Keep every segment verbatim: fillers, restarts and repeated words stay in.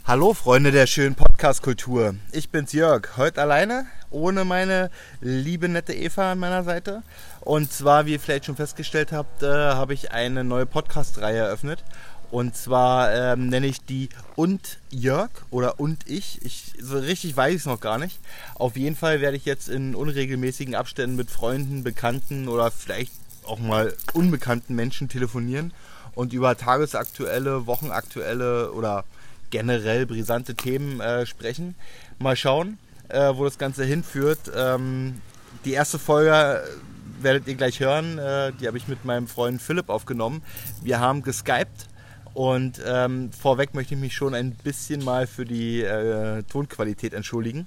Hallo Freunde der schönen Podcast-Kultur. Ich bin's Jörg, heute alleine, ohne meine liebe nette Eva an meiner Seite. Und zwar, wie ihr vielleicht schon festgestellt habt, äh, habe ich eine neue Podcast-Reihe eröffnet. Und zwar ähm, nenne ich die Und Jörg oder Und ich. ich. So richtig weiß ich es noch gar nicht. Auf jeden Fall werde ich jetzt in unregelmäßigen Abständen mit Freunden, Bekannten oder vielleicht auch mal unbekannten Menschen telefonieren und über tagesaktuelle, wochenaktuelle oder generell brisante Themen äh, sprechen. Mal schauen, äh, wo das Ganze hinführt. Ähm, die erste Folge werdet ihr gleich hören. Äh, die habe ich mit meinem Freund Philipp aufgenommen. Wir haben geskypt und ähm, vorweg möchte ich mich schon ein bisschen mal für die äh, Tonqualität entschuldigen.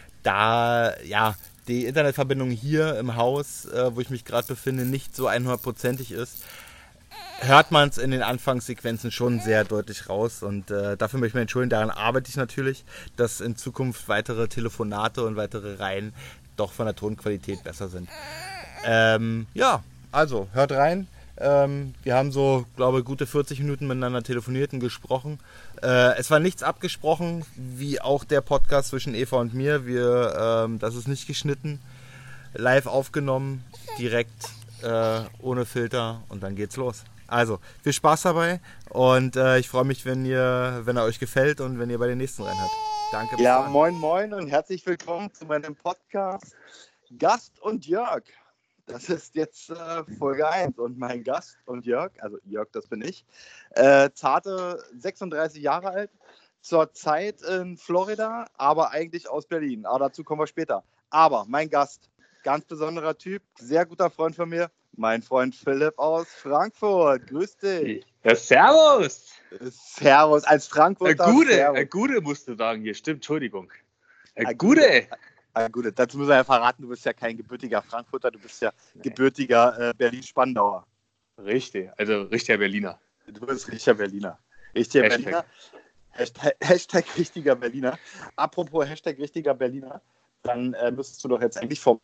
Da ja die Internetverbindung hier im Haus, äh, wo ich mich gerade befinde, nicht so hundertprozentig ist, hört man es in den Anfangssequenzen schon sehr deutlich raus und äh, dafür möchte ich mich entschuldigen. Daran arbeite ich natürlich, dass in Zukunft weitere Telefonate und weitere Reihen doch von der Tonqualität besser sind. Ähm, ja, also hört rein. Ähm, wir haben so, glaube ich, gute vierzig Minuten miteinander telefoniert und gesprochen. Äh, es war nichts abgesprochen, wie auch der Podcast zwischen Eva und mir. Wir, ähm, das ist nicht geschnitten, live aufgenommen, direkt, äh, ohne Filter und dann geht's los. Also, viel Spaß dabei und äh, ich freue mich, wenn ihr, wenn er euch gefällt und wenn ihr bei den nächsten reinhört. Danke. Bis Ja, dann. moin moin und herzlich willkommen zu meinem Podcast Gast und Jörg. Das ist jetzt äh, Folge eins und mein Gast und Jörg, also Jörg, das bin ich, äh, zarte sechsunddreißig Jahre alt, zurzeit in Florida, aber eigentlich aus Berlin. Aber dazu kommen wir später. Aber mein Gast, ganz besonderer Typ, sehr guter Freund von mir, mein Freund Philipp aus Frankfurt. Grüß dich. Ja, servus. Servus, als Frankfurter. Eine gute, Servus. eine gute musst du sagen hier, stimmt, Entschuldigung. Eine Eine gute. Ah, gut, dazu müssen wir ja verraten, du bist ja kein gebürtiger Frankfurter, du bist ja gebürtiger äh, Berlin-Spandauer. Richtig, also richtiger Berliner. Du bist richtiger Berliner. Richtiger Hashtag. Berliner. Hashtag, Hashtag richtiger Berliner. Apropos Hashtag richtiger Berliner, dann äh, müsstest du doch jetzt eigentlich vom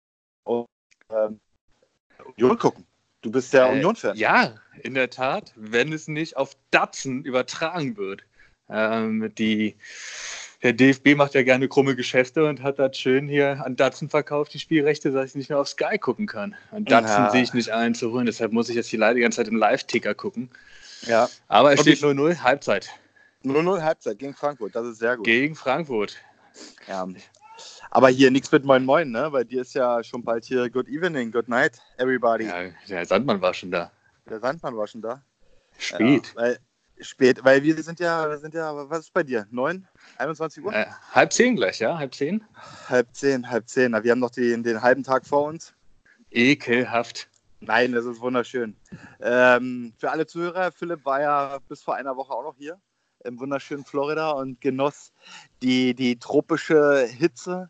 ähm, Union gucken. Du bist ja Äh, Union-Fan. Ja, in der Tat, wenn es nicht auf Datsen übertragen wird. Ähm, die, der D F B macht ja gerne krumme Geschäfte und hat das schön hier an Datsen verkauft, die Spielrechte, dass ich nicht mehr auf Sky gucken kann. An Datsen Ja. sehe ich nicht ein zu holen, deshalb muss ich jetzt hier leider die ganze Zeit im Live-Ticker gucken. Ja. Aber es Und steht ich- null null, Halbzeit, null null Halbzeit gegen Frankfurt, das ist sehr gut. gegen Frankfurt. Ja. Aber hier nichts mit Moin Moin, ne? Bei dir ist ja schon bald hier Good Evening, Good Night, everybody. Ja, der Sandmann war schon da. Der Sandmann war schon da. Spät. Ja, weil, spät, weil wir sind ja, wir sind ja, was ist bei dir? neun? einundzwanzig Uhr? Äh, halb zehn gleich, ja? Halb zehn? Halb zehn, halb zehn. Na, wir haben noch den, den halben Tag vor uns. Ekelhaft. Nein, das ist wunderschön. Ähm, für alle Zuhörer, Philipp war ja bis vor einer Woche auch noch hier im wunderschönen Florida und genoss die, die tropische Hitze,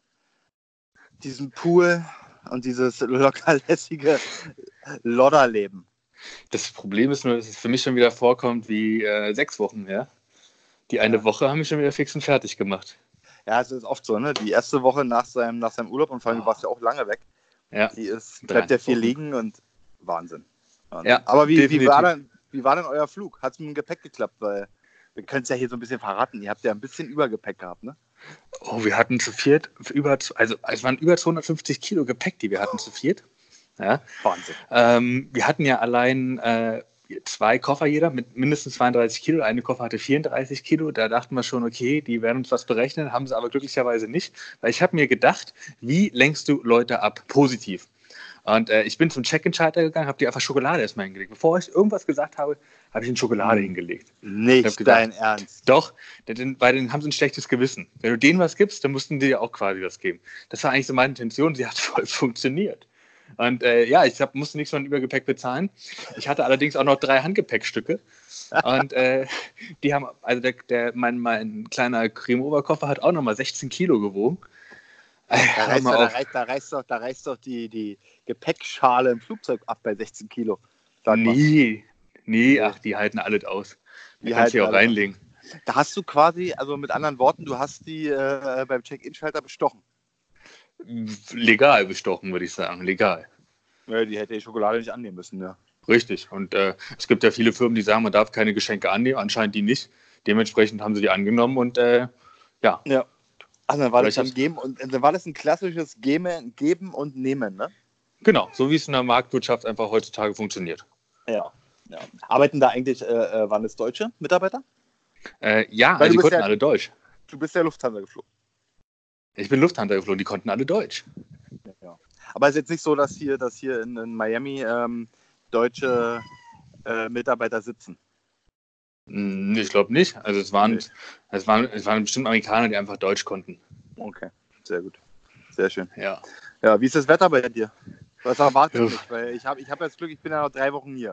diesen Pool und dieses lockerlässige Lodderleben. Das Problem ist nur, dass es für mich schon wieder vorkommt wie äh, sechs Wochen her. Die eine Ja. Woche haben mich schon wieder fix und fertig gemacht. Ja, es ist oft so, ne? Die erste Woche nach seinem, nach seinem Urlaub, und vor allem, du warst ja auch lange weg, Ja. die ist, bleibt Drei ja viel Wochen. liegen und Wahnsinn. Wahnsinn. Ja, Aber wie, wie, definitiv. war denn, wie war denn euer Flug? Hat es mit dem Gepäck geklappt? Weil wir können es ja hier so ein bisschen verraten. Ihr habt ja ein bisschen Übergepäck gehabt, ne? Oh, wir hatten zu viert über, also es waren über zweihundertfünfzig Kilo Gepäck, die wir hatten zu viert. Ja. Wahnsinn. Ähm, wir hatten ja allein äh, zwei Koffer jeder mit mindestens zweiunddreißig Kilo. Eine Koffer hatte vierunddreißig Kilo. Da dachten wir schon, okay, die werden uns was berechnen, haben sie aber glücklicherweise nicht. Weil ich habe mir gedacht, wie lenkst du Leute ab? Positiv. Und äh, ich bin zum Check-in-Schalter gegangen, habe die einfach Schokolade erstmal hingelegt. Bevor ich irgendwas gesagt habe, habe ich ihnen Schokolade Mhm. hingelegt. Ich hab Nicht gedacht, dein Ernst. Doch, denn, weil denen haben sie ein schlechtes Gewissen. Wenn du denen was gibst, dann mussten die dir auch quasi was geben. Das war eigentlich so meine Intention, sie hat voll funktioniert. Und äh, ja, ich hab, musste nichts von Übergepäck bezahlen. Ich hatte allerdings auch noch drei Handgepäckstücke. Und äh, die haben, also der, der, mein, mein kleiner Cremeoverkoffer hat auch nochmal sechzehn Kilo gewogen. Äh, Da hör reißt, mal da, auf. reißt, da, reißt doch, da reißt doch die, die Gepäckschale im Flugzeug ab bei sechzehn Kilo. Sag mal. Nee, nee, Nee. ach, die halten alles aus. Die Die kannst du halten auch alles reinlegen. Da hast du quasi, also mit anderen Worten, du hast die äh, beim Check-in-Schalter bestochen. Legal bestochen, würde ich sagen. Legal. Ja, die hätte die Schokolade nicht annehmen müssen, ja. Richtig. Und äh, es gibt ja viele Firmen, die sagen, man darf keine Geschenke annehmen. Anscheinend die nicht. dementsprechend haben sie die angenommen und äh, ja. Ja. Also dann war das Vielleicht ein Geben und dann war das ein klassisches Geben, Geben und Nehmen, ne? Genau, so wie es in der Marktwirtschaft einfach heutzutage funktioniert. Ja. ja. Arbeiten da eigentlich, äh, äh, waren es deutsche Mitarbeiter? Äh, ja, Weil also die du bist konnten ja- alle Deutsch. Du bist ja Lufthansa geflogen. Ich bin Lufthansa geflogen, die konnten alle Deutsch. Ja. Aber es ist jetzt nicht so, dass hier, dass hier in, in Miami ähm, deutsche äh, Mitarbeiter sitzen. Hm, Ich glaube nicht. Also es waren, Nee. es waren, es waren bestimmt Amerikaner, die einfach Deutsch konnten. Okay, sehr gut. Sehr schön. Ja. Ja, wie ist das Wetter bei dir? Was erwartet Ja. mich? Weil ich habe ich hab jetzt Glück, ich bin ja noch drei Wochen hier.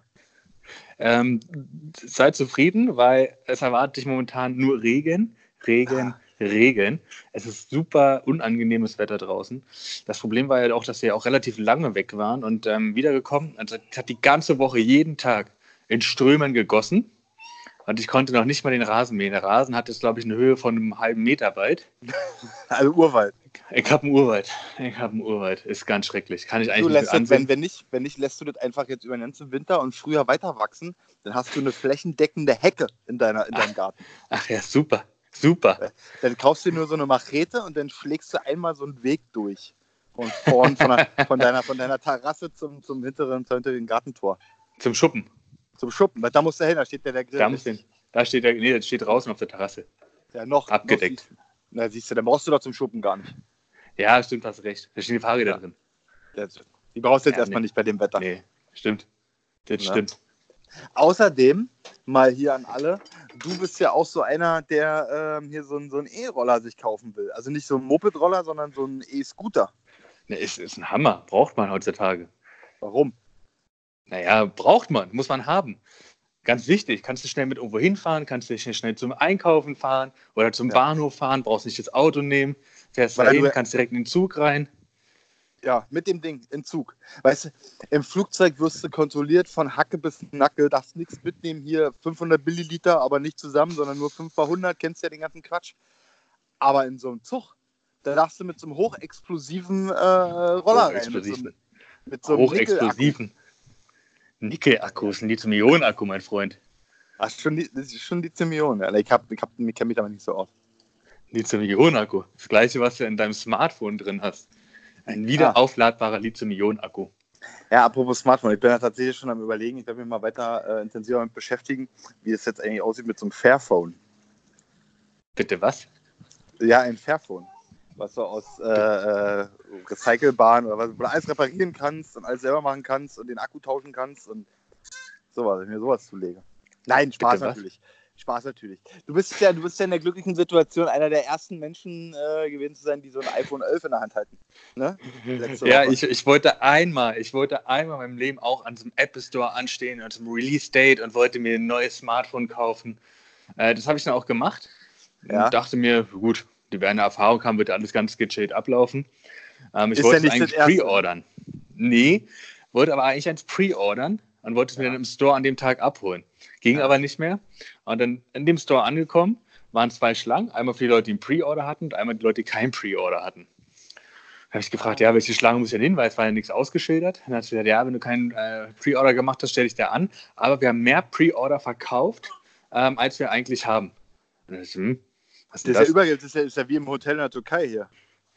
Ähm, sei zufrieden, weil es erwartet dich momentan nur Regen, Regen, Regen. Es ist super unangenehmes Wetter draußen. Das Problem war ja auch, dass wir auch relativ lange weg waren und ähm, wiedergekommen. Also es hat die ganze Woche jeden Tag in Strömen gegossen und ich konnte noch nicht mal den Rasen mähen. Der Rasen hat jetzt, glaube ich, eine Höhe von einem halben Meter weit. Also Urwald. Ich habe einen Urwald. Ich habe einen Urwald. Ist ganz schrecklich. Kann ich eigentlich Du nicht lässt mit das, wenn, ansehen. wenn, nicht, wenn nicht, lässt du das einfach jetzt über den ganzen Winter und früher weiter wachsen, dann hast du eine flächendeckende Hecke in, deiner, in deinem Garten. Ach ja, super. Super. Dann kaufst du dir nur so eine Machete und dann schlägst du einmal so einen Weg durch. Von vorn, von, der, von, deiner, von deiner Terrasse zum, zum hinteren, zum hinteren Gartentor. Zum Schuppen. Zum Schuppen, weil da muss der hin, da steht der, der Grill. Da, muss den, da steht der, nee, das steht draußen auf der Terrasse. Ja, noch. Abgedeckt. Noch, na, siehst du, dann brauchst du doch zum Schuppen gar nicht. Ja, stimmt, hast recht. Da stehen die Fahrräder Ja. drin. Das, die brauchst du jetzt Ja, erstmal nee. nicht bei dem Wetter. Nee, stimmt. Das Ja. stimmt. Außerdem, mal hier an alle, du bist ja auch so einer, der ähm, hier so, ein- so einen E-Roller sich kaufen will. Also nicht so einen Moped-Roller, sondern so einen E-Scooter. Nee, ist, ist ein Hammer. Braucht man heutzutage. Warum? Naja, braucht man. Muss man haben. Ganz wichtig. Kannst du schnell mit irgendwo hinfahren, kannst du schnell zum Einkaufen fahren oder zum Ja. Bahnhof fahren, brauchst nicht das Auto nehmen, fährst Weil dahin, du- kannst direkt in den Zug rein. Ja, mit dem Ding, im Zug. Weißt du, im Flugzeug wirst du kontrolliert von Hacke bis Nacke, darfst nichts mitnehmen. Hier fünfhundert Milliliter, aber nicht zusammen, sondern nur fünf bei hundert, kennst ja den ganzen Quatsch. Aber in so einem Zug, da darfst du mit so einem hochexplosiven äh, Roller rein. Mit so, Hochexplosiven. einem- mit so einem Nickel-Akku. Hochexplosiven. Nickel-Akku ist ein Lithium-Ionen-Akku, mein Freund. Ach, schon, die- das ist schon Lithium-Ionen. Ja. Ich, hab, ich, hab, ich kenne mich aber nicht so aus. Lithium-Ionen-Akku. Das gleiche, was du in deinem Smartphone drin hast. Ein wiederaufladbarer Lithium-Ionen-Akku. Ja, apropos Smartphone, ich bin ja tatsächlich schon am Überlegen, ich werde mich mal weiter äh, intensiver damit beschäftigen, wie es jetzt eigentlich aussieht mit so einem Fairphone. Bitte was? Ja, ein Fairphone, was du aus äh, äh, recycelbaren oder was, wo du alles reparieren kannst und alles selber machen kannst und den Akku tauschen kannst und sowas, wenn ich mir sowas zulege. Nein, Spaß Bitte was? natürlich. Spaß natürlich. Du bist ja, du bist ja in der glücklichen Situation, einer der ersten Menschen äh, gewesen zu sein, die so ein iPhone elf in der Hand halten. Ne? Letzte Ja, Woche. ich, ich wollte einmal, ich wollte einmal in meinem Leben auch an so einem Apple Store anstehen, an so einem Release Date und wollte mir ein neues Smartphone kaufen. Äh, das habe ich dann auch gemacht. Ja. Und dachte mir, gut, die werden eine Erfahrung haben, wird alles ganz gechillt ablaufen. Ähm, ich Ist wollte ja es nicht eigentlich das Erste. pre-ordern. Nee, wollte aber eigentlich eins pre-ordern und wollte es mir Ja. dann im Store an dem Tag abholen. Ging Ja. aber nicht mehr. Und dann in dem Store angekommen, waren zwei Schlangen. Einmal für die Leute, die einen Pre-Order hatten und einmal die Leute, die keinen Pre-Order hatten. Da habe ich gefragt, ja, welche Schlange muss ich denn hin, weil es war ja nichts ausgeschildert. Dann hat sie gesagt, ja, wenn du keinen äh, Pre-Order gemacht hast, stell dich da an. Aber wir haben mehr Pre-Order verkauft, ähm, als wir eigentlich haben. Und ich so, hm, was Das ist ist ja das? überall, das ist ja, ist ja wie im Hotel in der Türkei hier.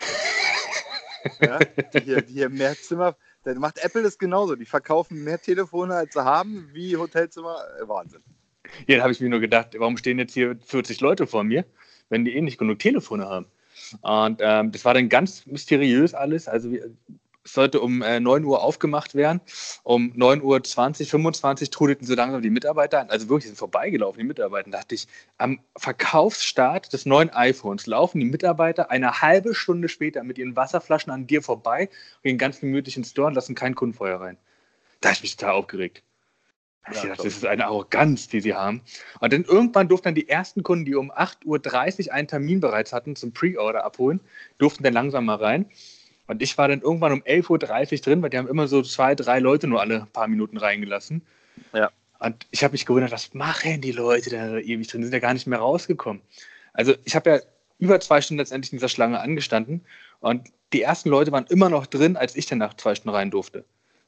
Ja, die hier, die hier mehr Zimmer, dann macht Apple das genauso. Die verkaufen mehr Telefone, als sie haben, wie Hotelzimmer. Äh, Wahnsinn. Ja, da habe ich mir nur gedacht, warum stehen jetzt hier vierzig Leute vor mir, wenn die eh nicht genug Telefone haben? Und ähm, das war dann ganz mysteriös alles. Also wir, es sollte um äh, neun Uhr aufgemacht werden. Um neun Uhr zwanzig, fünfundzwanzig trudelten so langsam die Mitarbeiter an. Also wirklich sind vorbeigelaufen, die Mitarbeiter. Da dachte ich, am Verkaufsstart des neuen iPhones laufen die Mitarbeiter eine halbe Stunde später mit ihren Wasserflaschen an dir vorbei, gehen ganz gemütlich ins Store und lassen kein Kundenfeuer rein. Da habe ich mich total aufgeregt. Da hab ich Ja, gedacht, glaub das ist eine Arroganz, die sie haben. Und dann irgendwann durften dann die ersten Kunden, die um acht Uhr dreißig einen Termin bereits hatten zum Pre-Order abholen, durften dann langsam mal rein. Und ich war dann irgendwann um elf Uhr dreißig drin, weil die haben immer so zwei, drei Leute nur alle paar Minuten reingelassen. Ja. Und ich habe mich gewundert, was machen die Leute da ewig drin? Die sind ja gar nicht mehr rausgekommen. Also ich habe ja über zwei Stunden letztendlich in dieser Schlange angestanden und die ersten Leute waren immer noch drin, als ich dann nach zwei Stunden rein durfte.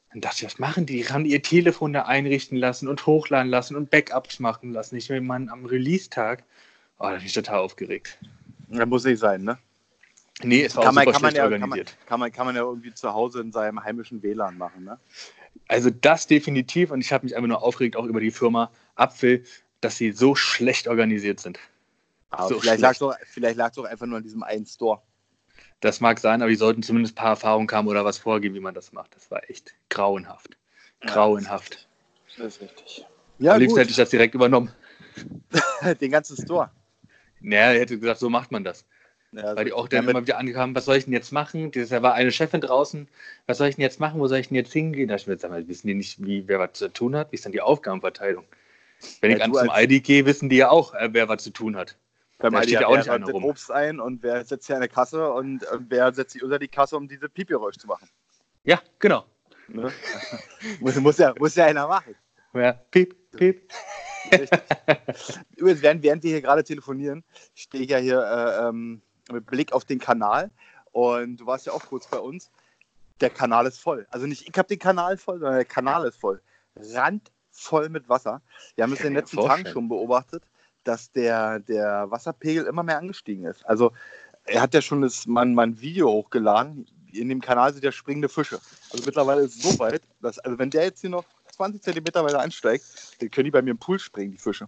Dann dachte ich, was machen die? Die haben ihr Telefon da einrichten lassen und hochladen lassen und Backups machen lassen. Ich will mal am Release-Tag. Oh, da bin ich total aufgeregt. Das muss nicht sein, ne? Nee, es war Kann auch man, super kann, man schlecht ja, kann, man, organisiert. kann, man, kann man ja irgendwie zu Hause in seinem heimischen W L A N machen, ne? Also das definitiv. Und ich habe mich einfach nur aufgeregt, auch über die Firma Apfel, dass sie so schlecht organisiert sind. Aber So vielleicht lag schlecht. es auch, vielleicht lag's auch einfach nur an diesem einen Store. Das mag sein, aber die sollten zumindest ein paar Erfahrungen haben oder was vorgeben, wie man das macht. Das war echt grauenhaft. Grauenhaft. Das ist richtig. Ja, Ja, Am liebsten gut. hätte ich das direkt übernommen. Den ganzen Store. Naja, er hätte gesagt, so macht man das. Ja, Weil die so- auch dann damit- immer wieder ankamen, was soll ich denn jetzt machen? Da war eine Chefin draußen, was soll ich denn jetzt machen? Wo soll ich denn jetzt hingehen? Da dachte ich mir, sag mal, wissen die nicht, wie, wer was zu tun hat? Wie ist dann die Aufgabenverteilung? Wenn Ja, ich an du zum als- I D gehe, wissen die ja auch, äh, wer was zu tun hat. Beim Da I D steht ja ja auch wer nicht einer räumt den rum. Obst ein und wer setzt sich an der Kasse und äh, wer setzt sich unter die Kasse, um diese Pipi-Geräusch zu machen. Ja, genau. Ne? muss, muss, ja, muss ja einer machen. Ja, piep, piep. Richtig. Übrigens, während, während wir hier gerade telefonieren, stehe ich ja hier äh, ähm, mit Blick auf den Kanal und du warst ja auch kurz bei uns. Der Kanal ist voll. Also nicht ich habe den Kanal voll, sondern der Kanal ist voll. Randvoll mit Wasser. Wir haben es in den mir letzten Tagen vorstellen. schon beobachtet, dass der, der Wasserpegel immer mehr angestiegen ist. Also er hat ja schon das, mal, mal ein Video hochgeladen. In dem Kanal sind ja springende Fische. Also mittlerweile ist es so weit, dass, also wenn der jetzt hier noch zwanzig Zentimeter weiter ansteigt, dann können die bei mir im Pool springen, die Fische.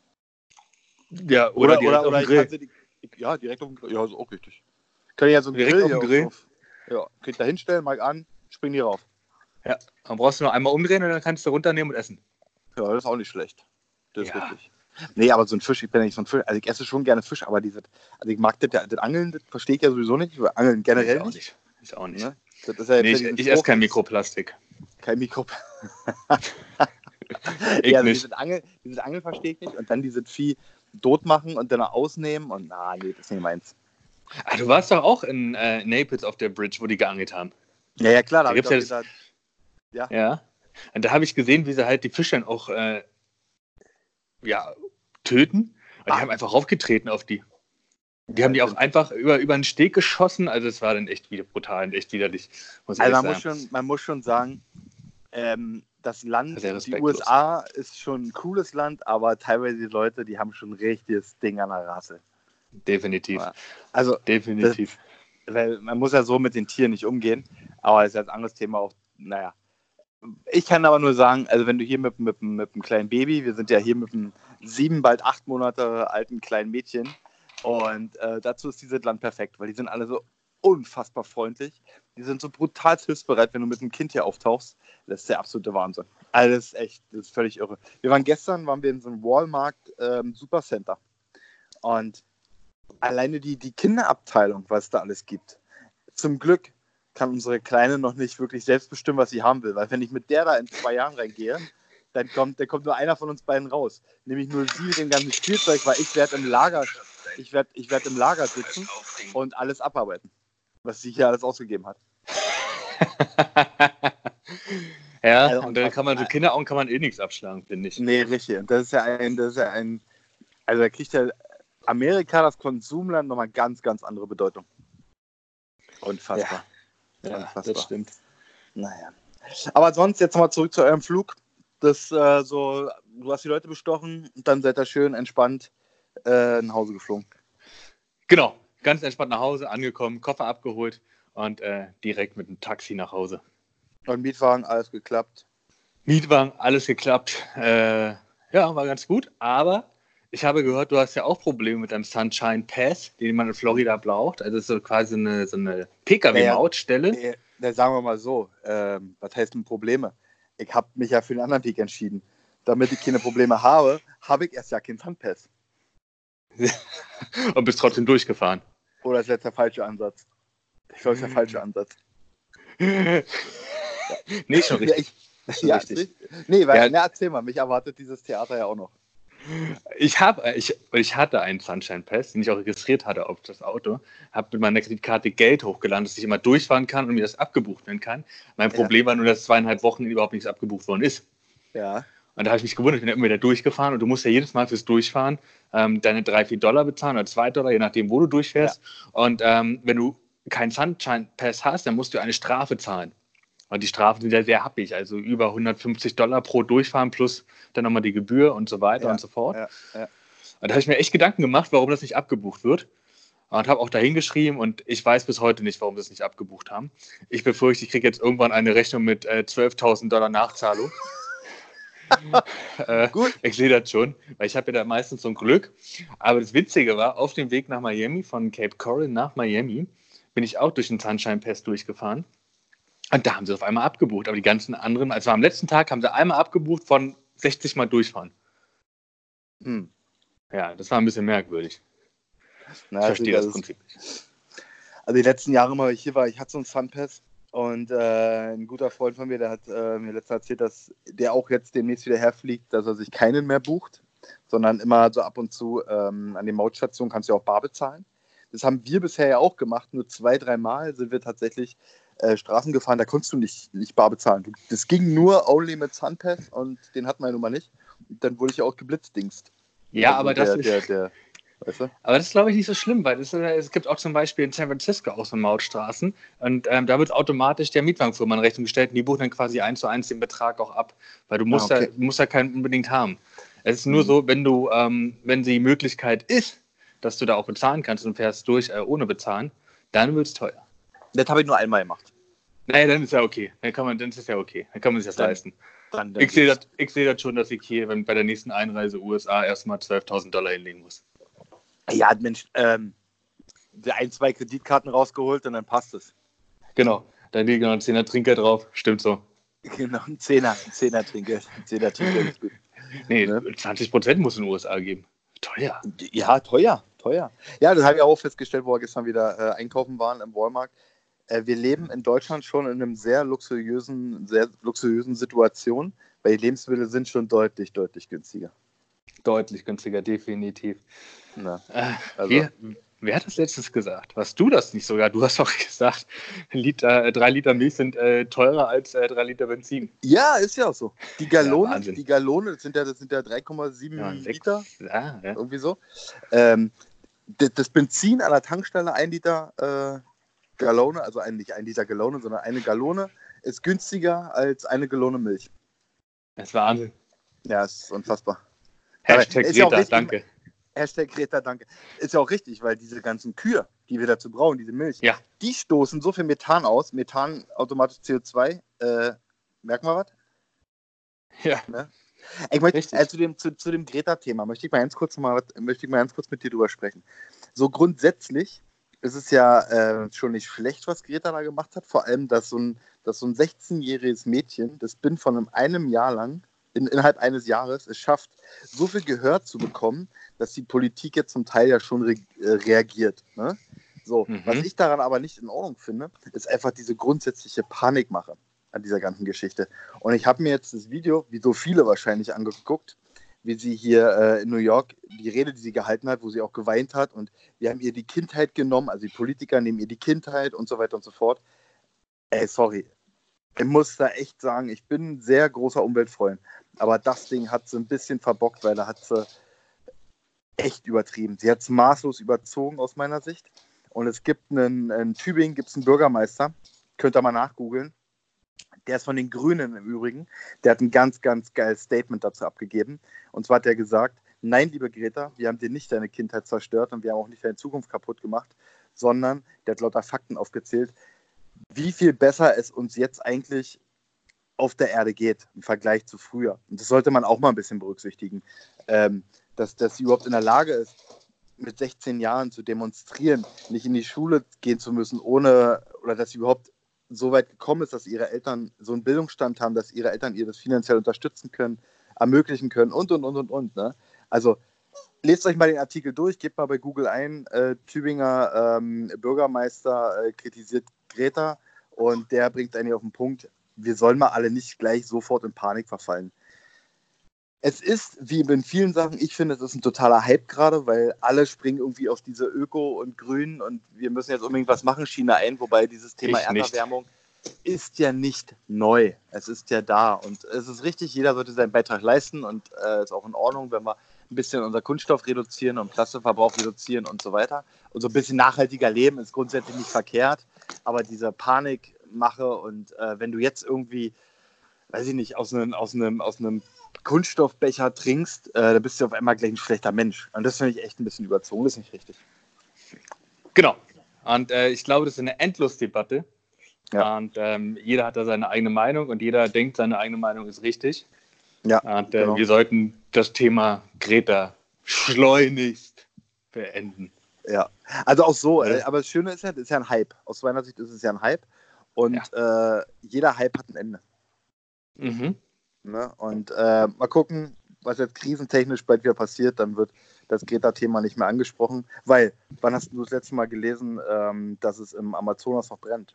Ja, oder, Oder, direkt oder, auf oder den ich Grill. kann sie die, ja, direkt auf dem Grill. Ja, ist auch richtig. Können ja so einen Direkt Grill auf hier dem Grill? Auf, ja, könnt da hinstellen, mag an, springen die rauf. Ja, dann brauchst du noch einmal umdrehen und dann kannst du runternehmen und essen. Ja, das ist auch nicht schlecht. Das ist Ja. richtig. Nee, aber so ein Fisch, ich bin ja nicht so ein Fisch. Also ich esse schon gerne Fisch, aber diese, also ich mag das, das Angeln, das verstehe ich ja sowieso nicht. Angeln generell ich auch nicht. nicht. Ich auch nicht. Ne? Das ist ja Nee, jetzt ich, ja diesen ich esse Spruch, kein Mikroplastik. Kein Mikro. Ich ja, also nicht. dieses Angel, dieses Angeln verstehe ich nicht. Und dann dieses Vieh tot machen und dann ausnehmen. Und na, nee, das ist nicht meins. Ah, du warst doch auch in äh, Naples auf der Bridge, wo die geangelt haben. Ja, ja, klar. Da, Da hab ich gibt's doch ja gesagt, Ja. Und da habe ich gesehen, wie sie halt die Fische dann auch äh, ja, töten. Und die Ah. haben einfach raufgetreten auf die. Die haben die auch einfach über, über den Steg geschossen. Also es war dann echt wieder brutal und echt widerlich, muss ich also ehrlich man muss, sagen. schon, man muss schon sagen, ähm, das Land, Sehr die respektlos. U S A ist schon ein cooles Land, aber teilweise die Leute, die haben schon ein richtiges Ding an der Rasse. Definitiv. Ja. Also, Definitiv. weil man muss ja so mit den Tieren nicht umgehen, aber das ist ja ein anderes Thema auch, naja. Ich kann aber nur sagen, also wenn du hier mit, mit, mit einem kleinen Baby, wir sind ja hier mit einem sieben, bald acht Monate alten kleinen Mädchen und äh, dazu ist dieses Land perfekt, weil die sind alle so unfassbar freundlich. Die sind so brutal hilfsbereit, wenn du mit einem Kind hier auftauchst. Das ist der absolute Wahnsinn. Also das ist echt, das ist völlig irre. Wir waren gestern, waren wir in so einem Walmart ähm, Supercenter und alleine die, die Kinderabteilung, was es da alles gibt. Zum Glück kann unsere Kleine noch nicht wirklich selbst bestimmen, was sie haben will. Weil wenn ich mit der da in zwei Jahren reingehe, dann kommt, dann kommt nur einer von uns beiden raus. Nämlich nur sie mit dem ganzen Spielzeug, weil ich werde im Lager, ich werde ich werd im Lager sitzen und alles abarbeiten, was sie hier alles ausgegeben hat. ja, Also, und dann kann man so Kinderaugen kann man eh nichts abschlagen, finde ich. Nee, richtig. Und das ist ja ein, das ist ja ein, also da kriegt ja Amerika, das Konsumland, nochmal ganz, ganz andere Bedeutung. Unfassbar. Ja, Unfassbar. das stimmt. Naja. Aber sonst, jetzt nochmal zurück zu eurem Flug. Das, äh, so, du hast die Leute bestochen und dann seid ihr schön entspannt äh, nach Hause geflogen. Genau, ganz entspannt nach Hause, angekommen, Koffer abgeholt und äh, direkt mit dem Taxi nach Hause. Und Mietwagen, alles geklappt. Mietwagen, alles geklappt. Äh, ja, war ganz gut, aber ich habe gehört, du hast ja auch Probleme mit deinem Sunshine Pass, den man in Florida braucht. Also das ist so quasi eine, so eine P K W-Mautstelle. Äh, da sagen wir mal so, ähm, was heißt denn Probleme? Ich habe mich ja für den anderen Weg entschieden. Damit ich keine Probleme habe, habe ich erst ja keinen Sunpass. Und bist trotzdem durchgefahren. Oder ist jetzt der falsche Ansatz? Ich glaube, es ist der falsche Ansatz. Nee, schon richtig. Ja, ich, Schon ja, richtig. richtig. Nee, weil, Ja. na, erzähl mal, mich erwartet dieses Theater ja auch noch. Ich, hab, ich, ich hatte einen Sunshine Pass, den ich auch registriert hatte auf das Auto. Habe mit meiner Kreditkarte Geld hochgeladen, dass ich immer durchfahren kann und mir das abgebucht werden kann. Mein Ja. Problem war nur, dass zweieinhalb Wochen überhaupt nichts abgebucht worden ist. Ja. Und da habe ich mich gewundert, ich bin ja immer wieder durchgefahren und du musst ja jedes Mal fürs Durchfahren ähm, deine drei, vier Dollar bezahlen oder zwei Dollar, je nachdem, wo du durchfährst. Und ähm, wenn du keinen Sunshine Pass hast, dann musst du eine Strafe zahlen. Und die Strafen sind ja sehr happig, also über hundertfünfzig Dollar pro Durchfahren plus dann nochmal die Gebühr und so weiter Ja, und so fort. ja, ja. Und da habe ich mir echt Gedanken gemacht, warum das nicht abgebucht wird. Und habe auch dahin geschrieben und ich weiß bis heute nicht, warum sie es nicht abgebucht haben. Ich befürchte, ich kriege jetzt irgendwann eine Rechnung mit äh, zwölftausend Dollar Nachzahlung. äh, Gut. Ich sehe das schon, weil ich habe ja da meistens so ein Glück. Aber das Witzige war, auf dem Weg nach Miami, von Cape Coral nach Miami, bin ich auch durch den Sunshine Pass durchgefahren. Und da haben sie auf einmal abgebucht. Aber die ganzen anderen, also am letzten Tag haben sie einmal abgebucht von sechzig Mal durchfahren. Hm. Ja, das war ein bisschen merkwürdig. Na, Ich verstehe also, das Prinzip nicht. Also die letzten Jahre mal, ich hier war, ich hatte so einen Sunpass und äh, ein guter Freund von mir, der hat äh, mir letztens erzählt, dass der auch jetzt demnächst wieder herfliegt, dass er sich keinen mehr bucht, sondern immer so ab und zu ähm, an den Mautstationen kannst du ja auch bar bezahlen. Das haben wir bisher ja auch gemacht, nur zwei, dreimal sind wir tatsächlich äh, Straßen gefahren, da konntest du nicht, nicht bar bezahlen. Du, das ging nur only mit Sunpass und den hatten wir ja nun mal nicht. Und dann wurde ich ja auch geblitzdingst. Ja, Also aber der, das ist... der, der, weißt du? Aber das ist, glaube ich, nicht so schlimm, weil das, äh, es gibt auch zum Beispiel in San Francisco auch so Mautstraßen und ähm, da wird automatisch der Mietwagenfirma in Rechnung gestellt und die buchen dann quasi eins zu eins den Betrag auch ab, weil du musst, Ah, okay. da, musst da keinen unbedingt haben. Es ist nur Mhm. so, wenn du, ähm, wenn die Möglichkeit ist, dass du da auch bezahlen kannst und fährst durch äh, ohne bezahlen, dann wird es teuer. Das habe ich nur einmal gemacht. Naja, dann ist ja okay. Dann kann man, dann ist es ja okay. Dann kann man sich das Dann- leisten. Dann, dann Ich sehe geht's. das, ich sehe das schon, dass ich hier wenn, bei der nächsten Einreise U S A erstmal zwölftausend Dollar hinlegen muss. Ja, Mensch, ähm, ein, zwei Kreditkarten rausgeholt und dann passt es. Genau. Da liegt noch ein Zehner Trinkgeld drauf. Stimmt so. Genau, ein Zehner, ein Zehner Trinkgeld. Ein Zehner Trinkgeld ist gut. Nee, Ne? zwanzig Prozent muss in den U S A geben. Teuer. Ja, teuer, teuer. Ja, das habe ich auch festgestellt, wo wir gestern wieder äh, einkaufen waren im Walmart. Äh, wir leben in Deutschland schon in einem sehr luxuriösen, sehr luxuriösen Situation, weil die Lebensmittel sind schon deutlich, deutlich günstiger. Deutlich günstiger, definitiv. Na, Äh, also- wer, wer hat das letztens gesagt? Warst du das nicht sogar? Du hast doch gesagt, Liter, äh, drei Liter Milch sind äh, teurer als äh, drei Liter Benzin. ja, ist ja auch so. Die Gallone, Wahnsinn. die Gallone, das sind ja, das sind ja drei Komma sieben Ja, sechs. Liter. Ja, ja. Irgendwie so. Ähm, d- das Benzin an der Tankstelle, ein Liter äh, Gallone, also ein, nicht ein Liter Gallone, sondern eine Gallone, ist günstiger als eine Gallone Milch. Das ist Wahnsinn. Ja, ist unfassbar. Hashtag ist ja auch Greta, richtig. danke. Hashtag Greta, danke. Ist ja auch richtig, weil diese ganzen Kühe, die wir dazu brauchen, diese Milch, Ja. die stoßen so viel Methan aus. Methan, automatisch C O zwei. Äh, merken wir was? Ja. Ich möchte, Richtig. äh, zu dem, zu, zu dem Greta-Thema möchte ich mal ganz kurz mal, möchte ich mal ganz kurz mit dir drüber sprechen. So grundsätzlich ist es ja äh, schon nicht schlecht, was Greta da gemacht hat. Vor allem, dass so ein, dass so ein sechzehnjähriges Mädchen, das bin von einem, einem Jahr lang, in, innerhalb eines Jahres, es schafft, so viel Gehör zu bekommen, dass die Politik jetzt zum Teil ja schon re äh, reagiert. Ne? So, Mhm. was ich daran aber nicht in Ordnung finde, ist einfach diese grundsätzliche Panikmache an dieser ganzen Geschichte. Und ich habe mir jetzt das Video, wie so viele wahrscheinlich, angeguckt, wie sie hier äh, in New York die Rede, die sie gehalten hat, wo sie auch geweint hat und wir haben ihr die Kindheit genommen, also die Politiker nehmen ihr die Kindheit und so weiter und so fort. Ey, sorry. Ich muss da echt sagen, ich bin ein sehr großer Umweltfreund, aber das Ding hat sie ein bisschen verbockt, weil da hat sie echt übertrieben. Sie hat es maßlos überzogen aus meiner Sicht. Und es gibt einen, in Tübingen gibt es einen Bürgermeister, könnt ihr mal nachgoogeln. Der ist von den Grünen im Übrigen. Der hat ein ganz, ganz geiles Statement dazu abgegeben. Und zwar hat er gesagt, nein, liebe Greta, wir haben dir nicht deine Kindheit zerstört und wir haben auch nicht deine Zukunft kaputt gemacht, sondern der hat lauter Fakten aufgezählt, wie viel besser es uns jetzt eigentlich auf der Erde geht im Vergleich zu früher. Und das sollte man auch mal ein bisschen berücksichtigen, ähm, dass, dass sie überhaupt in der Lage ist, mit sechzehn Jahren zu demonstrieren, nicht in die Schule gehen zu müssen, ohne, oder dass sie überhaupt so weit gekommen ist, dass ihre Eltern so einen Bildungsstand haben, dass ihre Eltern ihr das finanziell unterstützen können, ermöglichen können und, und, und, und, und. Ne? Also lest euch mal den Artikel durch, gebt mal bei Google ein, äh, Tübinger ähm, Bürgermeister äh, kritisiert Greta und der bringt einen auf den Punkt, wir sollen mal alle nicht gleich sofort in Panik verfallen. Es ist, wie in vielen Sachen, ich finde, es ist ein totaler Hype gerade, weil alle springen irgendwie auf diese Öko und Grün und wir müssen jetzt unbedingt was machen, China ein, wobei dieses Thema Ich nicht. Erderwärmung ist ja nicht neu. Es ist ja da und es ist richtig, jeder sollte seinen Beitrag leisten und es äh, ist auch in Ordnung, wenn wir ein bisschen unser Kunststoff reduzieren und Plastikverbrauch reduzieren und so weiter. Und so ein bisschen nachhaltiger leben ist grundsätzlich nicht verkehrt, aber diese Panik mache und äh, wenn du jetzt irgendwie, weiß ich nicht, aus einem, aus einem, aus einem Kunststoffbecher trinkst, äh, dann bist du auf einmal gleich ein schlechter Mensch. Und das finde ich echt ein bisschen überzogen, das ist nicht richtig. Genau. Und äh, ich glaube, das ist eine Endlosdebatte. Ja. Und ähm, jeder hat da seine eigene Meinung und jeder denkt, seine eigene Meinung ist richtig. Ja, Und äh, genau. wir sollten das Thema Greta schleunigst beenden. Ja, also auch so, Ja. äh, aber das Schöne ist ja, das ist ja ein Hype. Aus meiner Sicht ist es ja ein Hype und ja. äh, jeder Hype hat ein Ende. Mhm. Ne? Und äh, mal gucken, was jetzt krisentechnisch bald wieder passiert, dann wird das Greta-Thema nicht mehr angesprochen, weil, wann hast du das letzte Mal gelesen, ähm, dass es im Amazonas noch brennt?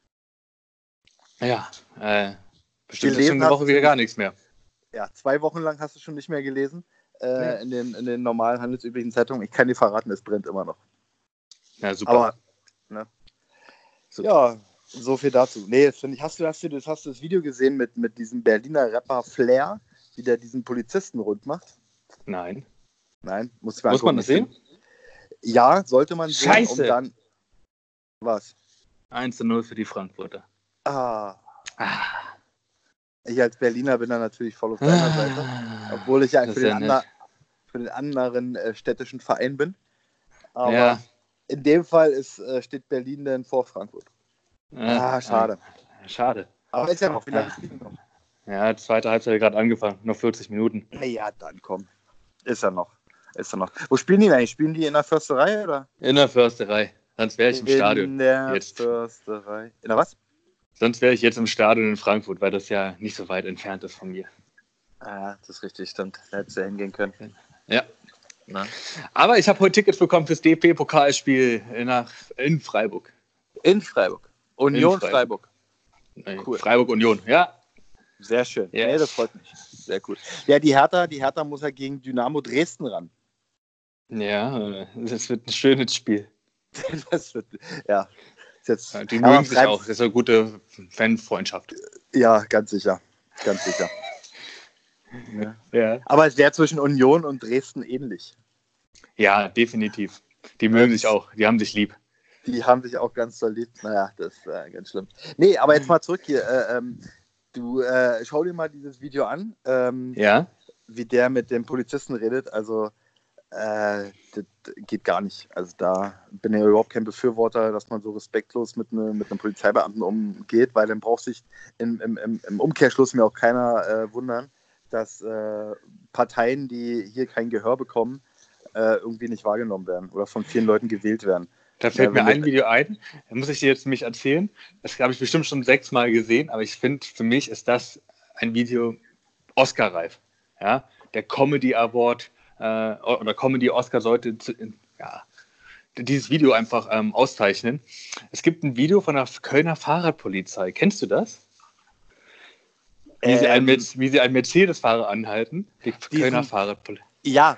Ja, äh, bestimmt ist Gelesen schon eine Woche hast wieder du- gar nichts mehr. Ja, zwei Wochen lang hast du schon nicht mehr gelesen äh, Nee. in, den, in den normalen handelsüblichen Zeitungen. Ich kann dir verraten, es brennt immer noch. Ja, super. Aber, ne? Super. Ja, so viel dazu. Nee, das finde ich, hast du, hast du, das, hast du das Video gesehen mit, mit diesem Berliner Rapper Flair, wie der diesen Polizisten rund macht? Nein. Nein, muss ich mal Muss man angucken. das sehen? Ja, sollte man sehen, Scheiße! um dann. Was? eins zu null für die Frankfurter. Ah. Ah. Ich als Berliner bin da natürlich voll auf deiner Seite. Obwohl ich ja Das für ist den, ja ander, nett. für den anderen äh, städtischen Verein bin. Aber Ja. in dem Fall ist, äh, steht Berlin dann vor Frankfurt. Ja. Ah, schade. Schade. Aber ist ja noch, wie lange Ja. ist die noch? Ja, die zweite Halbzeit hat gerade angefangen. Noch vierzig Minuten. Naja, dann komm. Ist er noch. Ist er noch. Wo spielen die denn eigentlich? Spielen die in der Försterei oder? In der Försterei. Sonst wäre ich im Stadion. In der Jetzt. Försterei. In der was? Sonst wäre ich jetzt im Stadion in Frankfurt, weil das ja nicht so weit entfernt ist von mir. Ah, das ist richtig, stimmt. Da hättest du hingehen können. Ja. Na? Aber ich habe heute Tickets bekommen fürs D P Pokalspiel nach, in Freiburg. In Freiburg. Union In Freiburg. Freiburg. Cool. Freiburg Union, ja. Sehr schön. Yes. Nee, das freut mich. Sehr gut. Ja, die Hertha, die Hertha muss ja gegen Dynamo Dresden ran. Ja, das wird ein schönes Spiel. Das wird, ja. Ist jetzt, Ja, die aber mögen sich Freib- auch. Das ist eine gute Fanfreundschaft. Ja, ganz sicher. Ganz sicher. Ja. Ja. Aber es wäre zwischen Union und Dresden ähnlich. Ja, definitiv. Die mögen sich auch. Die haben sich lieb. Die haben sich auch ganz doll lieb. Naja, das ist äh, ganz schlimm. Nee, aber jetzt mal zurück hier. Äh, ähm, du äh, schau dir mal dieses Video an, ähm, Ja? wie der mit dem Polizisten redet. Also, äh, das geht gar nicht. Also, da bin ich überhaupt kein Befürworter, dass man so respektlos mit, ne, mit einem Polizeibeamten umgeht, weil dann braucht sich im, im, im, im Umkehrschluss mir auch keiner äh, wundern, dass äh, Parteien, die hier kein Gehör bekommen, äh, irgendwie nicht wahrgenommen werden oder von vielen Leuten gewählt werden. Da fällt Ja, mir wenn ein du- Video ein, da muss ich dir jetzt nämlich erzählen. Das habe ich bestimmt schon sechsmal gesehen, aber ich finde, für mich ist das ein Video Oscar-reif. Ja? Der Comedy Award äh, oder Comedy Oscar sollte zu, ja, dieses Video einfach ähm, auszeichnen. Es gibt ein Video von der Kölner Fahrradpolizei. Kennst du das? Wie, sie, einen, Ähm, Merc- wie sie einen Mercedes-Fahrer anhalten. Die Diesen- Kölner Fahrradpolizei. Ja,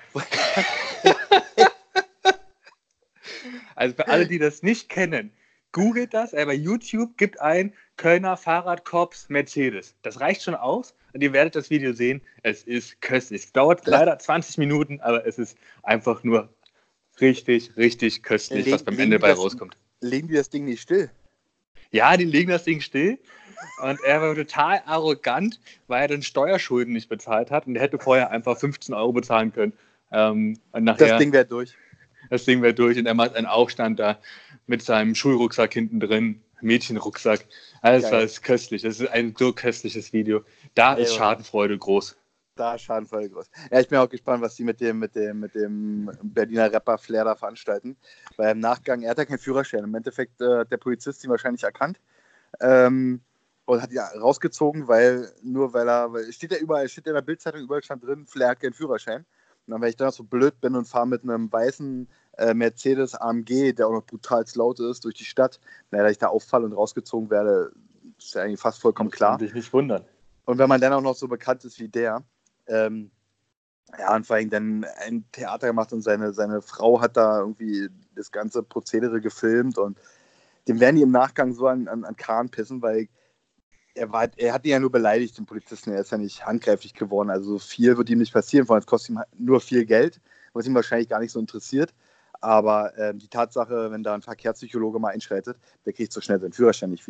Also für alle, die das nicht kennen, googelt das, äh, bei YouTube gibt ein Kölner Fahrradkorps Mercedes. Das reicht schon aus und ihr werdet das Video sehen. Es ist köstlich. Es dauert leider zwanzig Minuten, aber es ist einfach nur richtig, richtig köstlich, Leg- was beim legen Ende die bei das- rauskommt. legen die das Ding nicht still. Ja, die legen das Ding still und er war total arrogant, weil er den Steuerschulden nicht bezahlt hat und er hätte vorher einfach fünfzehn Euro bezahlen können. Ähm, und nachher, Das Ding wäre durch. Das Ding wäre durch und er macht einen Aufstand da mit seinem Schulrucksack hinten drin, Mädchenrucksack. Alles Geil. war es köstlich. Das ist ein so köstliches Video. Da ist Ey, Schadenfreude groß. Da ist Schadenfreude groß. Ja, ich bin auch gespannt, was die mit dem, mit dem, mit dem Berliner Rapper Flair da veranstalten. Weil im Nachgang, er hat ja keinen Führerschein. Im Endeffekt äh, hat der Polizist ihn wahrscheinlich erkannt. Ähm, und hat ihn rausgezogen, weil nur weil er, weil es steht ja überall, es steht ja in der Bildzeitung, überall stand drin, Flair hat keinen Führerschein. Und dann, wenn ich dann so blöd bin und fahre mit einem weißen äh, Mercedes A M G, der auch noch brutal laut ist, durch die Stadt, naja, dass ich da auffalle und rausgezogen werde, ist ja eigentlich fast vollkommen klar. Dich nicht wundern. Und wenn man dann auch noch so bekannt ist wie der, ähm, ja, und vor allem dann ein Theater gemacht und seine, seine Frau hat da irgendwie das ganze Prozedere gefilmt und dem werden die im Nachgang so an, an, an Kahn pissen, weil er, war, er hat ihn ja nur beleidigt, den Polizisten, er ist ja nicht handgreiflich geworden, also so viel wird ihm nicht passieren, vor allem es kostet ihm nur viel Geld, was ihn wahrscheinlich gar nicht so interessiert, aber ähm, die Tatsache, wenn da ein Verkehrspsychologe mal einschreitet, der kriegt so schnell seinen Führerschein nicht wieder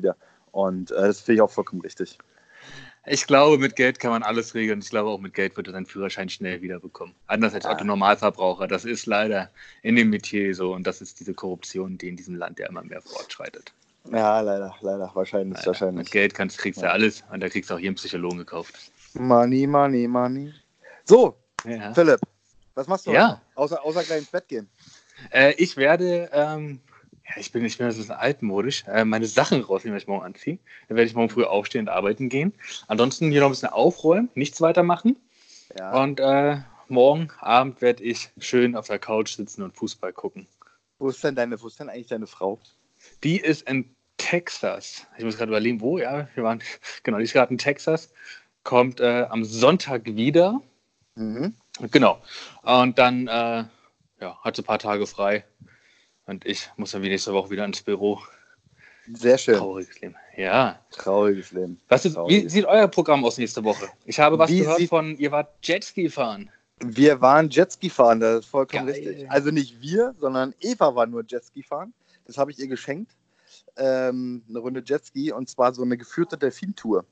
Und äh, das finde ich auch vollkommen richtig. Ich glaube, mit Geld kann man alles regeln. Ich glaube, auch mit Geld wird er seinen Führerschein schnell wiederbekommen. Anders als Ja. Otto Normalverbraucher. Das ist leider in dem Metier so. Und das ist diese Korruption, die in diesem Land ja immer mehr fortschreitet. Ja, leider, leider. Wahrscheinlich, Leider. wahrscheinlich. Mit Geld kannst, kriegst du ja alles. Und da kriegst du auch hier einen Psychologen gekauft. Money, money, money. So, Ja. Philipp, was machst du Ja. heute? Außer, außer gleich ins Bett gehen. Äh, ich werde, ähm, ja, ich bin, ich bin ein bisschen altmodisch, äh, meine Sachen rausnehmen, wenn ich morgen anziehe. Dann werde ich morgen früh aufstehen und arbeiten gehen. Ansonsten hier noch ein bisschen aufräumen, nichts weitermachen. Ja. Und äh, morgen Abend werde ich schön auf der Couch sitzen und Fußball gucken. Wo ist denn deine, wo ist denn eigentlich deine Frau? Die ist in Texas. Ich muss gerade überlegen, wo, ja, wir waren, genau, die ist gerade in Texas, kommt äh, am Sonntag wieder. Mhm. Genau. Und dann äh, ja, hat sie ein paar Tage frei. Und ich muss dann wie nächste Woche wieder ins Büro. Sehr schön. Trauriges Leben. Ja. Trauriges Leben. Was ist, wie Trauriges. sieht euer Programm aus nächste Woche? Ich habe was Wie gehört sieht- von, ihr wart Jetski fahren. Wir waren Jetski fahren, das ist vollkommen Geil. richtig. Also nicht wir, sondern Eva war nur Jetski fahren. Das habe ich ihr geschenkt. Ähm, eine Runde Jetski und zwar so eine geführte Delfintour.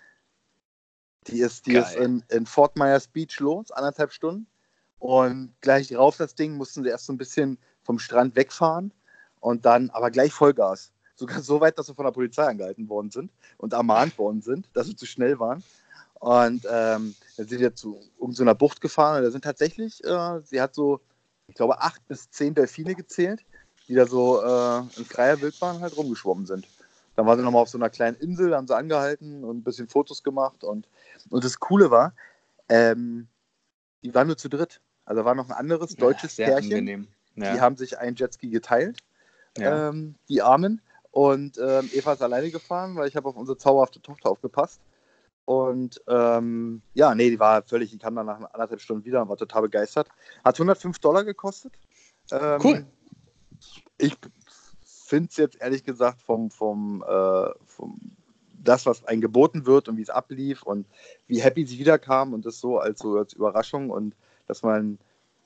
Die ist, die Geil. ist in, in Fort Myers Beach los, anderthalb Stunden. Und gleich rauf das Ding mussten sie erst so ein bisschen vom Strand wegfahren und dann aber gleich Vollgas. Sogar so weit, dass sie von der Polizei angehalten worden sind und ermahnt worden sind, dass sie zu schnell waren. Und ähm, dann sind wir zu irgendeiner Bucht gefahren und da sind tatsächlich, äh, sie hat so, ich glaube, acht bis zehn Delfine gezählt, die da so äh, in freier Wildbahn halt rumgeschwommen sind. Dann war sie nochmal auf so einer kleinen Insel, da haben sie angehalten und ein bisschen Fotos gemacht. Und, und das Coole war, ähm, die waren nur zu dritt. Also war noch ein anderes deutsches Sehr Pärchen. angenehm. Ja. Die haben sich einen Jetski geteilt, ja. ähm, die Armen. Und ähm, Eva ist alleine gefahren, weil ich habe auf unsere zauberhafte Tochter aufgepasst. Und ähm, ja, nee, die war völlig, die kam dann nach anderthalb Stunden wieder und war total begeistert. Hat hundertfünf Dollar gekostet. Ähm, Cool. Ich finde es jetzt ehrlich gesagt vom, vom, äh, vom das, was einem geboten wird und wie es ablief und wie happy sie wiederkam und das so als, so als Überraschung und dass man,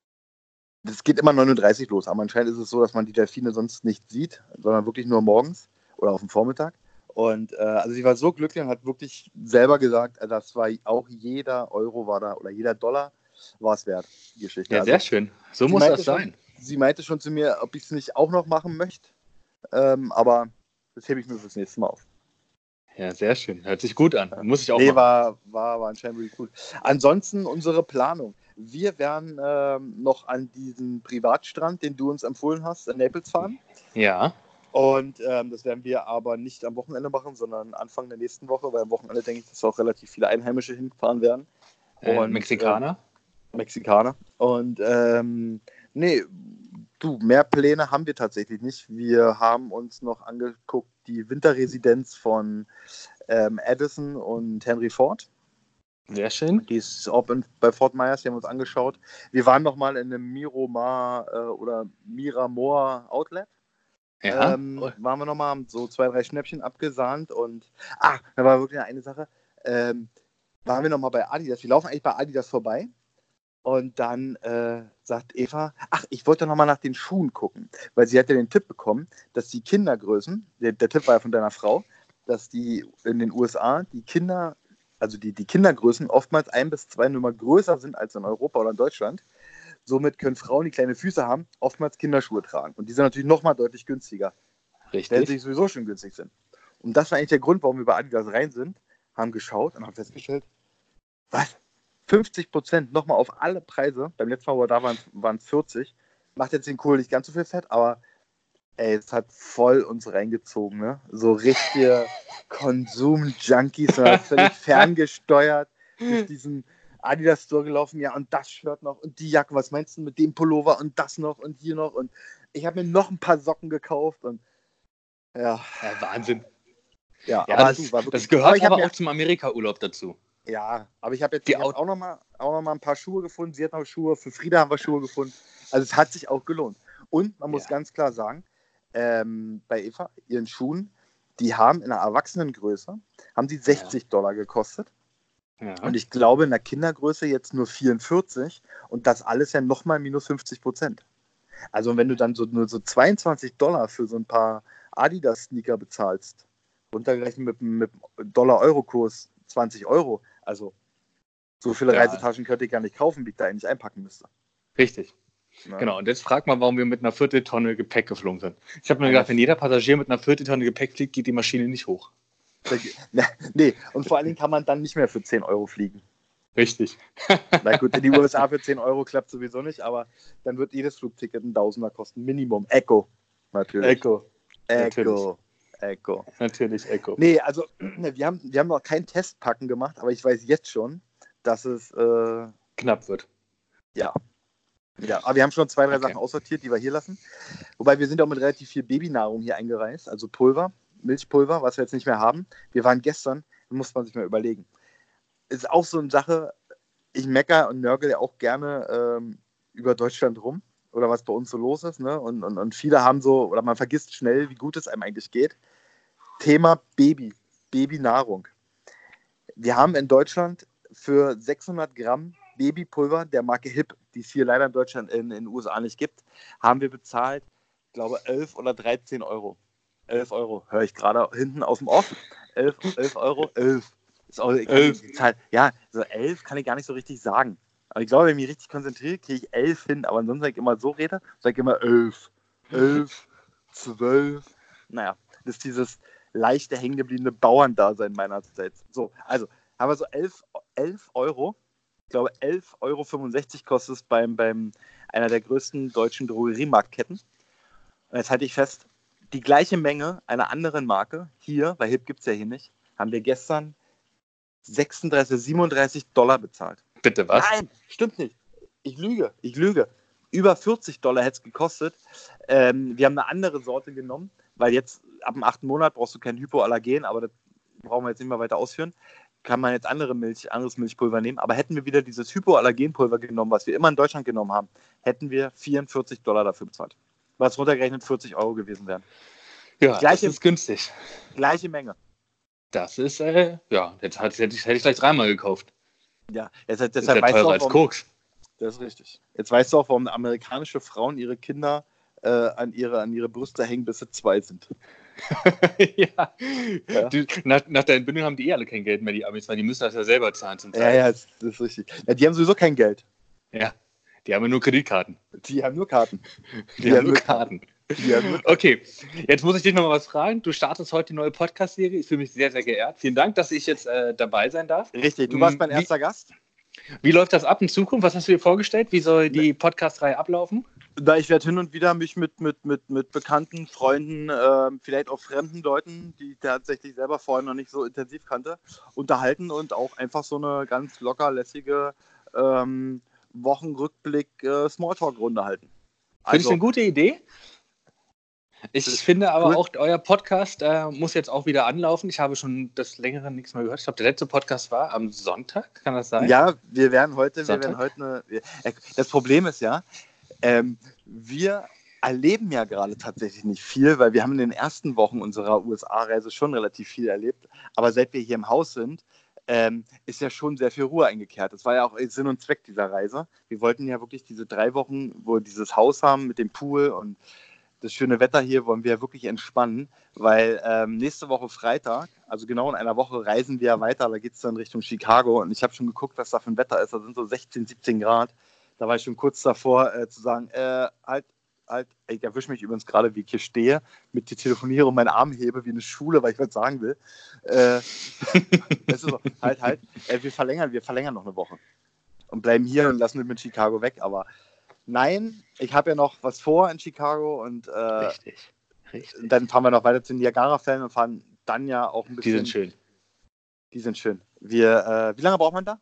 das geht immer neun Uhr dreißig los, aber anscheinend ist es so, dass man die Delfine sonst nicht sieht, sondern wirklich nur morgens oder auf dem Vormittag. Und äh, also sie war so glücklich und hat wirklich selber gesagt, äh, das war auch jeder Euro war da oder jeder Dollar war es wert, die Geschichte. Ja, Also, sehr schön. So sie muss meinte das sein. Schon, sie meinte schon zu mir, ob ich es nicht auch noch machen möchte, ähm, aber das hebe ich mir fürs nächste Mal auf. Ja, sehr schön. Hört sich gut an. Muss ich auch nee, machen. war, war, war anscheinend wirklich gut. Ansonsten unsere Planung. Wir werden ähm, noch an diesen Privatstrand, den du uns empfohlen hast, in Naples fahren. Ja. Und ähm, das werden wir aber nicht am Wochenende machen, sondern Anfang der nächsten Woche, weil am Wochenende denke ich, dass auch relativ viele Einheimische hinfahren werden. Äh, Und, Mexikaner? Äh, Mexikaner. Und ähm, nee, du, mehr Pläne haben wir tatsächlich nicht. Wir haben uns noch angeguckt, die Winterresidenz von ähm, Addison und Henry Ford. Sehr schön. Die ist auch in, bei Fort Myers, die haben wir uns angeschaut. Wir waren noch mal in einem Miramar äh, oder Miramar Outlet. Ja. Ähm, waren wir noch mal, haben so zwei, drei Schnäppchen abgesahnt und ah, da war wirklich eine Sache. Ähm, waren wir noch mal bei Adidas. Wir laufen eigentlich bei Adidas vorbei. Und dann äh, sagt Eva, ach, ich wollte noch mal nach den Schuhen gucken, weil sie hatte den Tipp bekommen, dass die Kindergrößen, der, der Tipp war ja von deiner Frau, dass die in den U S A die Kinder, also die, die Kindergrößen oftmals ein bis zwei Nummer größer sind als in Europa oder in Deutschland. Somit können Frauen, die kleine Füße haben, oftmals Kinderschuhe tragen. Und die sind natürlich noch mal deutlich günstiger, Richtig. weil sie sowieso schon günstig sind. Und das war eigentlich der Grund, warum wir bei Adidas rein sind, haben geschaut und haben festgestellt, was? fünfzig Prozent nochmal auf alle Preise. Beim letzten Mal, wo wir da waren, waren es vierzig. Macht jetzt den Kohl nicht ganz so viel Fett, aber ey, es hat voll uns reingezogen, ne? So richtige Konsum-Junkies, völlig ferngesteuert durch diesen Adidas-Store gelaufen. Ja, und das Shirt noch und die Jacke, was meinst du mit dem Pullover und das noch und hier noch und ich habe mir noch ein paar Socken gekauft und ja. Ja, Wahnsinn. Ja, Ja, aber das, du, war wirklich, das gehört aber, ich hab aber mir, auch zum Amerika-Urlaub dazu. Ja, aber ich habe jetzt Die ich hab Out- auch nochmal auch noch mal ein paar Schuhe gefunden. Sie hat noch Schuhe. Für Frieda haben wir Schuhe gefunden. Also es hat sich auch gelohnt. Und man muss Ja. ganz klar sagen, ähm, bei Eva, ihren Schuhen, die haben in einer Erwachsenengröße, haben die sechzig Dollar gekostet. Ja. Und ich glaube in der Kindergröße jetzt nur vierundvierzig. Und das alles ja nochmal minus fünfzig Prozent. Also wenn du dann so, nur so zweiundzwanzig Dollar für so ein paar Adidas-Sneaker bezahlst, runtergerechnet mit, mit Dollar-Euro-Kurs zwanzig Euro. Also so viele Ja. Reisetaschen könnte ich gar nicht kaufen, wie ich da eigentlich einpacken müsste. Richtig. Ja. Genau, und jetzt frag mal, warum wir mit einer Vierteltonne Gepäck geflogen sind. Ich habe mir Ja, gedacht, wenn jeder Passagier mit einer Vierteltonne Gepäck fliegt, geht die Maschine nicht hoch. Nee, und vor allen Dingen kann man dann nicht mehr für zehn Euro fliegen. Richtig. Na gut, in die U S A für zehn Euro klappt sowieso nicht, aber dann wird jedes Flugticket ein Tausender kosten. Minimum. Echo. Natürlich. Echo. Echo. Echo. Natürlich Echo. Nee, also wir haben, wir haben noch kein Testpacken gemacht, aber ich weiß jetzt schon, dass es äh, Knapp wird. ja. Ja, aber wir haben schon zwei, drei Okay. Sachen aussortiert, die wir hier lassen. Wobei wir sind auch mit relativ viel Babynahrung hier eingereist, also Pulver, Milchpulver, was wir jetzt nicht mehr haben. Wir waren gestern, muss man sich mal überlegen. Ist auch so eine Sache, ich mecker und nörgel ja auch gerne ähm, über Deutschland rum oder was bei uns so los ist. Ne? Und, und, und viele haben so, oder man vergisst schnell, wie gut es einem eigentlich geht. Thema Baby, Babynahrung. Wir haben in Deutschland für sechshundert Gramm Babypulver der Marke Hip, die es hier leider in Deutschland, in, in den U S A nicht gibt, haben wir bezahlt, ich glaube, elf oder dreizehn Euro. elf Euro, höre ich gerade hinten aus dem Off. elf, elf Euro, elf. Ist auch, elf. Die Zahl, ja, so elf kann ich gar nicht so richtig sagen. Aber ich glaube, wenn ich mich richtig konzentriere, kriege ich elf hin. Aber ansonsten, wenn ich immer so rede, sage ich immer elf, elf, zwölf. Naja, das ist dieses leichte hängengebliebene Bauerndasein meinerseits. So, also haben wir so elf, elf Euro. Ich glaube, elf Euro fünfundsechzig kostet es beim, beim einer der größten deutschen Drogeriemarktketten. Und jetzt halte ich fest, die gleiche Menge einer anderen Marke, hier, weil Hip gibt es ja hier nicht, haben wir gestern sechsunddreißig, siebenunddreißig Dollar bezahlt. Bitte was? Nein, stimmt nicht. Ich lüge, ich lüge. Über vierzig Dollar hätte es gekostet. Ähm, wir haben eine andere Sorte genommen, weil jetzt ab dem achten Monat brauchst du kein Hypoallergen, aber das brauchen wir jetzt nicht mehr weiter ausführen. Kann man jetzt andere Milch, anderes Milchpulver nehmen. Aber hätten wir wieder dieses Hypoallergenpulver genommen, was wir immer in Deutschland genommen haben, hätten wir vierundvierzig Dollar dafür bezahlt. Was runtergerechnet vierzig Euro gewesen wären. Ja, Gleiche- das ist günstig. Gleiche Menge. Das ist, äh, ja, jetzt hätte ich, hätte ich gleich dreimal gekauft. Ja, jetzt, Das ist deshalb ja weißt du teurer auch, als warum, Koks. das ist richtig. Jetzt weißt du auch, warum amerikanische Frauen ihre Kinder äh, an, ihre, an ihre Brüste hängen, bis sie zwei sind. ja. Ja. Die, nach, nach der Entbindung haben die eh alle kein Geld mehr, die Amis, weil die müssen das ja selber zahlen zum Ja, Teil. ja, das, das ist richtig. Ja, die haben sowieso kein Geld. Ja. Die haben ja nur Kreditkarten. Die haben nur Karten. Die, haben nur Karten. Die haben nur Okay, jetzt muss ich dich noch mal was fragen. Du startest heute die neue Podcast-Serie. Ich fühle mich sehr, sehr geehrt. Vielen Dank, dass ich jetzt äh, dabei sein darf. Richtig, du warst mein Wie- erster Gast. Wie läuft das ab in Zukunft? Was hast du dir vorgestellt? Wie soll die Podcast-Reihe ablaufen? Da ich werde hin und wieder mich mit, mit, mit, mit bekannten Freunden, ähm, vielleicht auch fremden Leuten, die ich tatsächlich selber vorher noch nicht so intensiv kannte, unterhalten und auch einfach so eine ganz locker lässige ähm, Wochenrückblick-Smalltalk-Runde halten. Finde ich eine gute Idee. Ich Das ist finde aber cool. auch, euer Podcast äh, muss jetzt auch wieder anlaufen. Ich habe schon des Längeren nichts mehr gehört. Ich glaube, der letzte Podcast war am Sonntag. Kann das sein? Ja, wir werden heute, wir Sonntag? werden heute eine. Wir, das Problem ist ja, ähm, wir erleben ja gerade tatsächlich nicht viel, weil wir haben in den ersten Wochen unserer U S A-Reise schon relativ viel erlebt. Aber seit wir hier im Haus sind, ähm, ist ja schon sehr viel Ruhe eingekehrt. Das war ja auch Sinn und Zweck dieser Reise. Wir wollten ja wirklich diese drei Wochen, wo wir dieses Haus haben mit dem Pool und das schöne Wetter hier, wollen wir wirklich entspannen, weil ähm, nächste Woche Freitag, also genau in einer Woche, reisen wir ja weiter, da geht es dann Richtung Chicago und ich habe schon geguckt, was da für ein Wetter ist, da sind so sechzehn, siebzehn Grad, da war ich schon kurz davor äh, zu sagen, äh, halt, halt, ich erwische mich übrigens gerade, wie ich hier stehe, mit dir telefoniere und meinen Arm hebe wie eine Schule, weil ich was sagen will. Äh, das ist so, halt, halt, äh, wir verlängern, wir verlängern noch eine Woche und bleiben hier und lassen wir mit Chicago weg, aber nein, ich habe ja noch was vor in Chicago und äh, Richtig. Richtig. dann fahren wir noch weiter zu den Niagara-Fällen und fahren dann ja auch ein Die bisschen. sind schön. Die sind schön. Wir, äh, wie lange braucht man da?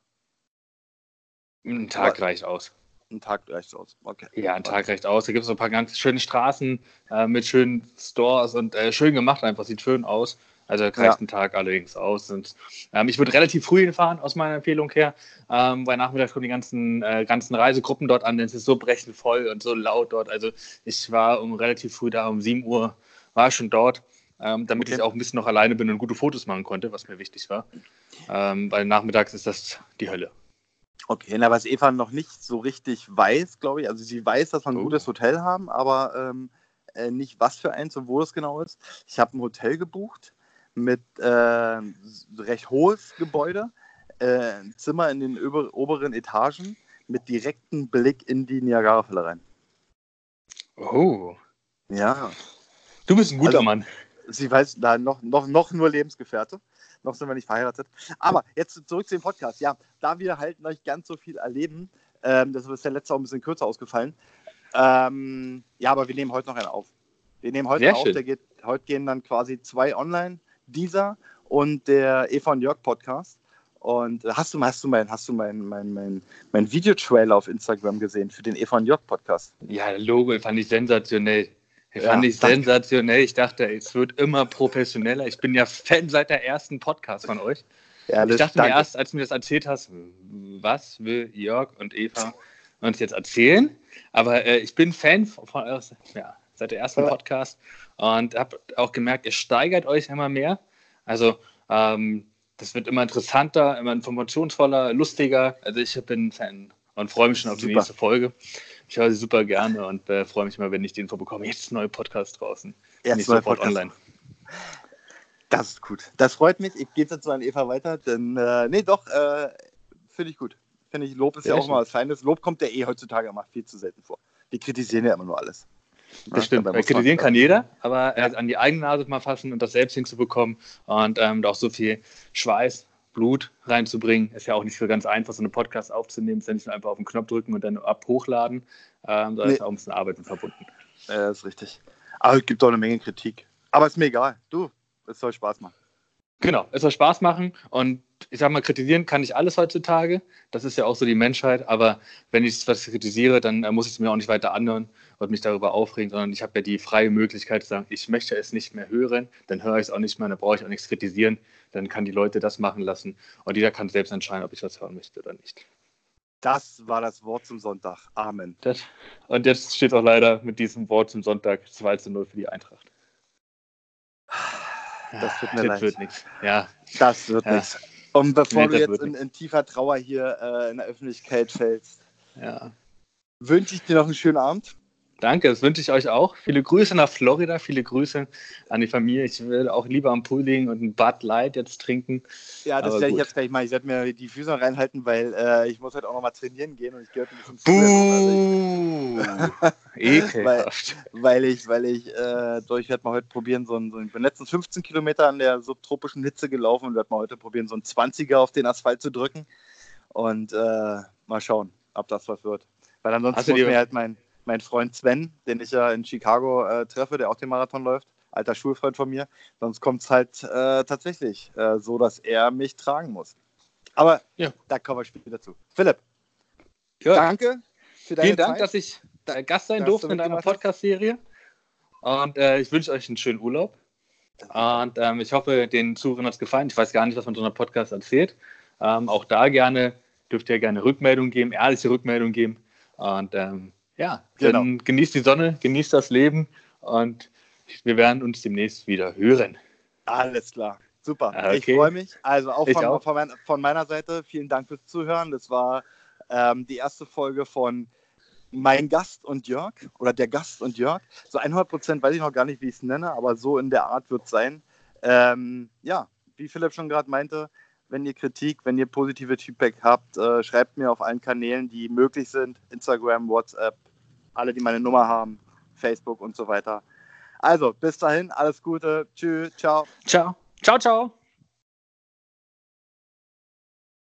Ein Tag Aber- reicht aus. Ein Tag reicht aus. Okay. Ja, ein Tag reicht aus. Da gibt es so ein paar ganz schöne Straßen äh, mit schönen Stores und äh, schön gemacht einfach. Sieht schön aus. Also da reicht Ja. ein Tag allerdings aus. Und, ähm, ich würde relativ früh hinfahren, aus meiner Empfehlung her, ähm, weil nachmittags kommen die ganzen, äh, ganzen Reisegruppen dort an, denn es ist so brechend voll und so laut dort. Also ich war um relativ früh da, um sieben Uhr war ich schon dort, ähm, damit Okay. ich auch ein bisschen noch alleine bin und gute Fotos machen konnte, was mir wichtig war. Ähm, weil nachmittags ist das die Hölle. Okay, na, was Eva noch nicht so richtig weiß, glaube ich, also sie weiß, dass wir ein Oh. gutes Hotel haben, aber ähm, äh, nicht was für eins und wo es genau ist. Ich habe ein Hotel gebucht mit äh, recht hohes Gebäude, äh, ein Zimmer in den über, oberen Etagen mit direktem Blick in die Niagarafälle rein. Oh. Ja. Du bist ein guter Also, Mann. Sie weiß, da noch, noch, noch nur Lebensgefährte. Noch sind wir nicht verheiratet. Aber jetzt zurück zu dem Podcast. Ja, da wir halt noch nicht ganz so viel erleben, ähm, das ist der letzte auch ein bisschen kürzer ausgefallen. Ähm, ja, aber wir nehmen heute noch einen auf. Wir nehmen heute Sehr einen auf, schön. der geht, heute gehen dann quasi zwei online, dieser und der Eva und Jörg Podcast. Und äh, hast du, hast du mein, hast du mein, mein, mein, mein Videotrailer auf Instagram gesehen für den Eva und Jörg Podcast? Ja, Logo fand ich sensationell. Ja, Fand ich danke. sensationell. Ich dachte, es wird immer professioneller. Ich bin ja Fan seit der ersten Podcast von euch. Ehrlich, Ich dachte mir danke. erst, als du mir das erzählt hast, was will Jörg und Eva uns jetzt erzählen? Aber äh, ich bin Fan von, von ja, seit der ersten Ja. Podcast und habe auch gemerkt, ihr steigert euch immer mehr. Also ähm, das wird immer interessanter, immer informationsvoller, lustiger. Also ich bin Fan und freue mich schon auf die Super. nächste Folge. Ich höre sie super gerne und äh, freue mich immer, wenn ich die Info bekomme. Jetzt ist ein neuer Podcast draußen. Jetzt Nicht neuer sofort Podcast. online. Das ist gut. Das freut mich. Ich gebe jetzt so an Eva weiter, denn äh, nee, doch, äh, finde ich gut. Finde ich, Lob ist Sehr ja auch schön. mal was Feines. Lob kommt ja eh heutzutage immer viel zu selten vor. Wir kritisieren ja immer nur alles. Das stimmt. dabei Weil muss man- kritisieren kann jeder, aber äh, Ja. an die eigene Nase mal fassen und das selbst hinzubekommen und ähm, da auch so viel Schweiß, Blut reinzubringen, ist ja auch nicht so ganz einfach, so einen Podcast aufzunehmen. Ist ja nicht nur einfach auf den Knopf drücken und dann ab hochladen. Ähm, da Nee. ist auch ein bisschen Arbeit mit verbunden. Ja, das ist richtig. Aber es gibt auch eine Menge Kritik. Aber ist mir egal. Du, es soll Spaß machen. Genau, es soll Spaß machen und ich sag mal, kritisieren kann ich alles heutzutage. Das ist ja auch so die Menschheit, aber wenn ich was kritisiere, dann äh, muss ich es mir auch nicht weiter anhören und mich darüber aufregen, sondern ich habe ja die freie Möglichkeit zu sagen, ich möchte es nicht mehr hören, dann höre ich es auch nicht mehr, dann brauche ich auch nichts kritisieren, dann kann die Leute das machen lassen und jeder kann selbst entscheiden, ob ich was hören möchte oder nicht. Das war das Wort zum Sonntag. Amen. Das, und jetzt steht auch leider mit diesem Wort zum Sonntag zwei zu null für die Eintracht. Das tut mir das leid. wird nichts. Ja, Das wird Ja. nichts. Und bevor Nee, du das jetzt wird in, nichts. in tiefer Trauer hier äh, in der Öffentlichkeit fällst, ja. wünsche ich dir noch einen schönen Abend. Danke, das wünsche ich euch auch. Viele Grüße nach Florida, viele Grüße an die Familie. Ich will auch lieber am Pool liegen und ein Bud Light jetzt trinken. Ja, das Aber werde ich gut. jetzt gleich mal. Ich werde mir die Füße noch reinhalten, weil äh, ich muss heute auch noch mal trainieren gehen und ich gehöre ein bisschen zu. Also Buh! Ekelhaft. ich, weil ich, weil ich, äh, so, ich werde mal heute probieren, so ein, so ein, ich bin letztens fünfzehn Kilometer an der subtropischen Hitze gelaufen und werde mal heute probieren, so ein zwanziger auf den Asphalt zu drücken und äh, mal schauen, ob das was wird. Weil ansonsten Hast du muss dir- mir halt mein, mein Freund Sven, den ich ja in Chicago äh, treffe, der auch den Marathon läuft, alter Schulfreund von mir, sonst kommt es halt äh, tatsächlich äh, so, dass er mich tragen muss. Aber Ja. da kommen wir später dazu. Philipp, Ja, danke für deine vielen Dank, Zeit. dass ich äh, Gast sein dass du durfte in deiner mitgemacht hast. Podcast-Serie. Und äh, ich wünsche euch einen schönen Urlaub. Und ähm, ich hoffe, den Zuhörern hat es gefallen. Ich weiß gar nicht, was man so einer Podcast erzählt. Ähm, auch da gerne, dürft ihr gerne Rückmeldungen geben, ehrliche Rückmeldungen geben. Und ähm, ja, Genau. dann genießt die Sonne, genießt das Leben und wir werden uns demnächst wieder hören. Alles klar. Super. Okay. Ich freue mich. Also auch Ich von, auch. Von, mein, von meiner Seite vielen Dank fürs Zuhören. Das war ähm, die erste Folge von Mein Gast und Jörg oder der Gast und Jörg. So hundert Prozent weiß ich noch gar nicht, wie ich es nenne, aber so in der Art wird es sein. Ähm, ja, wie Philipp schon gerade meinte, wenn ihr Kritik, wenn ihr positive Feedback habt, äh, schreibt mir auf allen Kanälen, die möglich sind. Instagram, WhatsApp, alle, die meine Nummer haben, Facebook und so weiter. Also, bis dahin, alles Gute. Tschüss, ciao. Ciao. Ciao, ciao.